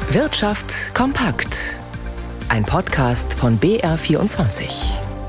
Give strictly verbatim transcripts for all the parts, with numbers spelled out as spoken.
Wirtschaft kompakt. Ein Podcast von B R vierundzwanzig.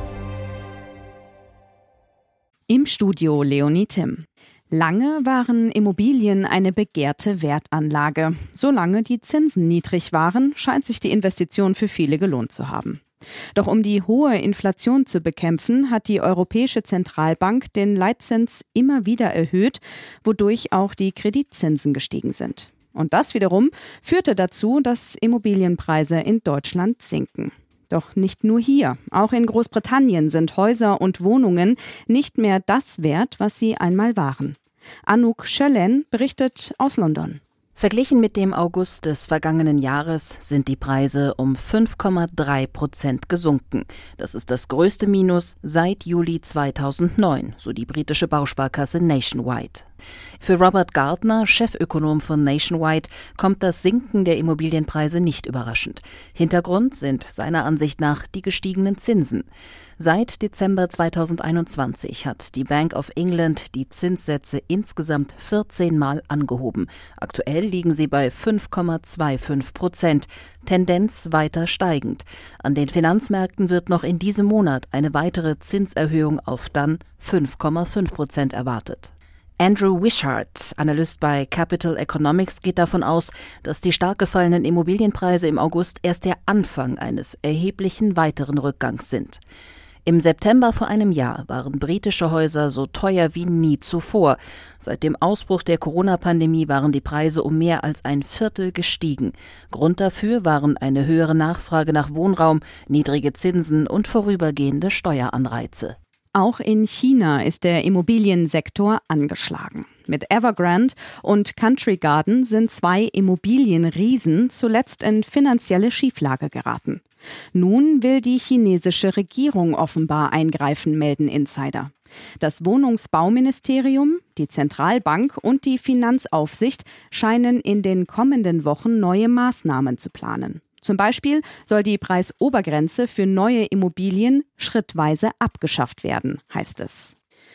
Im Studio Leonie Timm. Lange waren Immobilien eine begehrte Wertanlage. Solange die Zinsen niedrig waren, scheint sich die Investition für viele gelohnt zu haben. Doch um die hohe Inflation zu bekämpfen, hat die Europäische Zentralbank den Leitzins immer wieder erhöht, wodurch auch die Kreditzinsen gestiegen sind. Und das wiederum führte dazu, dass Immobilienpreise in Deutschland sinken. Doch nicht nur hier. Auch in Großbritannien sind Häuser und Wohnungen nicht mehr das wert, was sie einmal waren. Anouk Schellen berichtet aus London. Verglichen mit dem August des vergangenen Jahres sind die Preise um fünf Komma drei Prozent gesunken. Das ist das größte Minus seit Juli zweitausendneun, so die britische Bausparkasse Nationwide. Für Robert Gardner, Chefökonom von Nationwide, kommt das Sinken der Immobilienpreise nicht überraschend. Hintergrund sind seiner Ansicht nach die gestiegenen Zinsen. Seit Dezember zweitausendeinundzwanzig hat die Bank of England die Zinssätze insgesamt vierzehn Mal angehoben. Aktuell liegen sie bei fünf Komma fünfundzwanzig Prozent, Tendenz weiter steigend. An den Finanzmärkten wird noch in diesem Monat eine weitere Zinserhöhung auf dann fünf Komma fünf Prozent erwartet. Andrew Wishart, Analyst bei Capital Economics, geht davon aus, dass die stark gefallenen Immobilienpreise im August erst der Anfang eines erheblichen weiteren Rückgangs sind. Im September vor einem Jahr waren britische Häuser so teuer wie nie zuvor. Seit dem Ausbruch der Corona-Pandemie waren die Preise um mehr als ein Viertel gestiegen. Grund dafür waren eine höhere Nachfrage nach Wohnraum, niedrige Zinsen und vorübergehende Steueranreize. Auch in China ist der Immobiliensektor angeschlagen. Mit Evergrande und Country Garden sind zwei Immobilienriesen zuletzt in finanzielle Schieflage geraten. Nun will die chinesische Regierung offenbar eingreifen, melden Insider. Das Wohnungsbauministerium, die Zentralbank und die Finanzaufsicht scheinen in den kommenden Wochen neue Maßnahmen zu planen. Zum Beispiel soll die Preisobergrenze für neue Immobilien schrittweise abgeschafft werden, heißt es.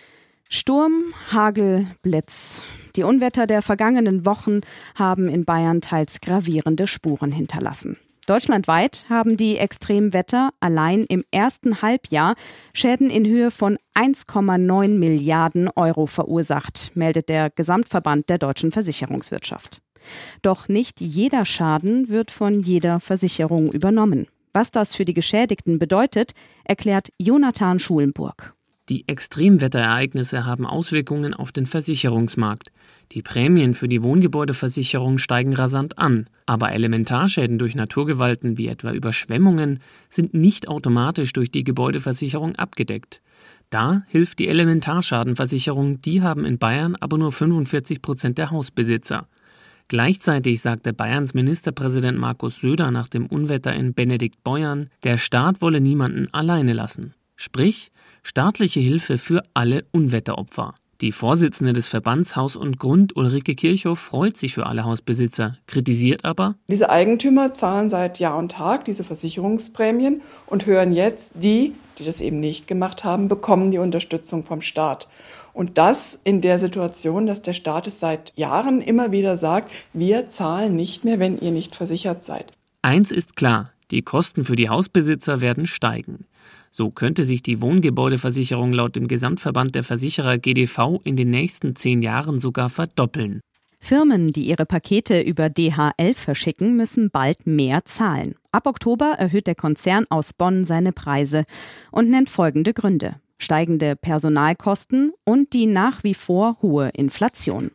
Sturm, Hagel, Blitz. Die Unwetter der vergangenen Wochen haben in Bayern teils gravierende Spuren hinterlassen. Deutschlandweit haben die Extremwetter allein im ersten Halbjahr Schäden in Höhe von eins Komma neun Milliarden Euro verursacht, meldet der Gesamtverband der deutschen Versicherungswirtschaft. Doch nicht jeder Schaden wird von jeder Versicherung übernommen. Was das für die Geschädigten bedeutet, erklärt Jonathan Schulenburg. Die Extremwetterereignisse haben Auswirkungen auf den Versicherungsmarkt. Die Prämien für die Wohngebäudeversicherung steigen rasant an, aber Elementarschäden durch Naturgewalten wie etwa Überschwemmungen sind nicht automatisch durch die Gebäudeversicherung abgedeckt. Da hilft die Elementarschadenversicherung, die haben in Bayern aber nur fünfundvierzig Prozent der Hausbesitzer. Gleichzeitig sagte Bayerns Ministerpräsident Markus Söder nach dem Unwetter in Benediktbeuern, der Staat wolle niemanden alleine lassen. Sprich, staatliche Hilfe für alle Unwetteropfer. Die Vorsitzende des Verbands Haus und Grund, Ulrike Kirchhoff, freut sich für alle Hausbesitzer, kritisiert aber: Diese Eigentümer zahlen seit Jahr und Tag diese Versicherungsprämien und hören jetzt, die, die das eben nicht gemacht haben, bekommen die Unterstützung vom Staat. Und das in der Situation, dass der Staat es seit Jahren immer wieder sagt, wir zahlen nicht mehr, wenn ihr nicht versichert seid. Eins ist klar, die Kosten für die Hausbesitzer werden steigen. So könnte sich die Wohngebäudeversicherung laut dem Gesamtverband der Versicherer G D V in den nächsten zehn Jahren sogar verdoppeln. Firmen, die ihre Pakete über D H L verschicken, müssen bald mehr zahlen. Ab Oktober erhöht der Konzern aus Bonn seine Preise und nennt folgende Gründe: steigende Personalkosten und die nach wie vor hohe Inflation.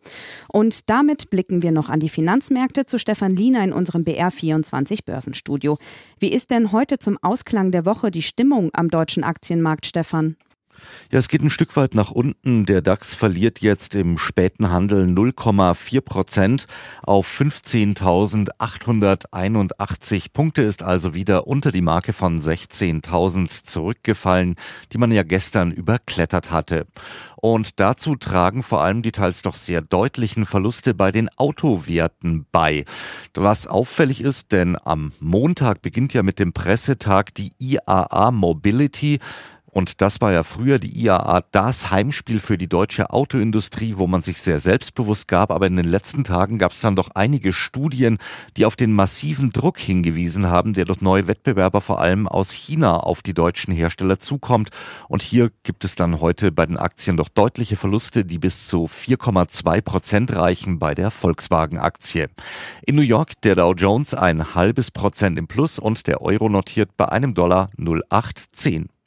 Und damit blicken wir noch an die Finanzmärkte zu Stefan Liener in unserem B R vierundzwanzig Börsenstudio. Wie ist denn heute zum Ausklang der Woche die Stimmung am deutschen Aktienmarkt, Stefan? Ja, es geht ein Stück weit nach unten. Der DAX verliert jetzt im späten Handel null Komma vier Prozent auf fünfzehntausendachthunderteinundachtzig Punkte, ist also wieder unter die Marke von sechzehntausend zurückgefallen, die man ja gestern überklettert hatte. Und dazu tragen vor allem die teils doch sehr deutlichen Verluste bei den Autowerten bei. Was auffällig ist, denn am Montag beginnt ja mit dem Pressetag die I A A Mobility. Und das war ja früher die I A A das Heimspiel für die deutsche Autoindustrie, wo man sich sehr selbstbewusst gab. Aber in den letzten Tagen gab es dann doch einige Studien, die auf den massiven Druck hingewiesen haben, der durch neue Wettbewerber vor allem aus China auf die deutschen Hersteller zukommt. Und hier gibt es dann heute bei den Aktien doch deutliche Verluste, die bis zu vier Komma zwei Prozent reichen bei der Volkswagen-Aktie. In New York der Dow Jones ein halbes Prozent im Plus und der Euro notiert bei einem Dollar null Komma acht zehn.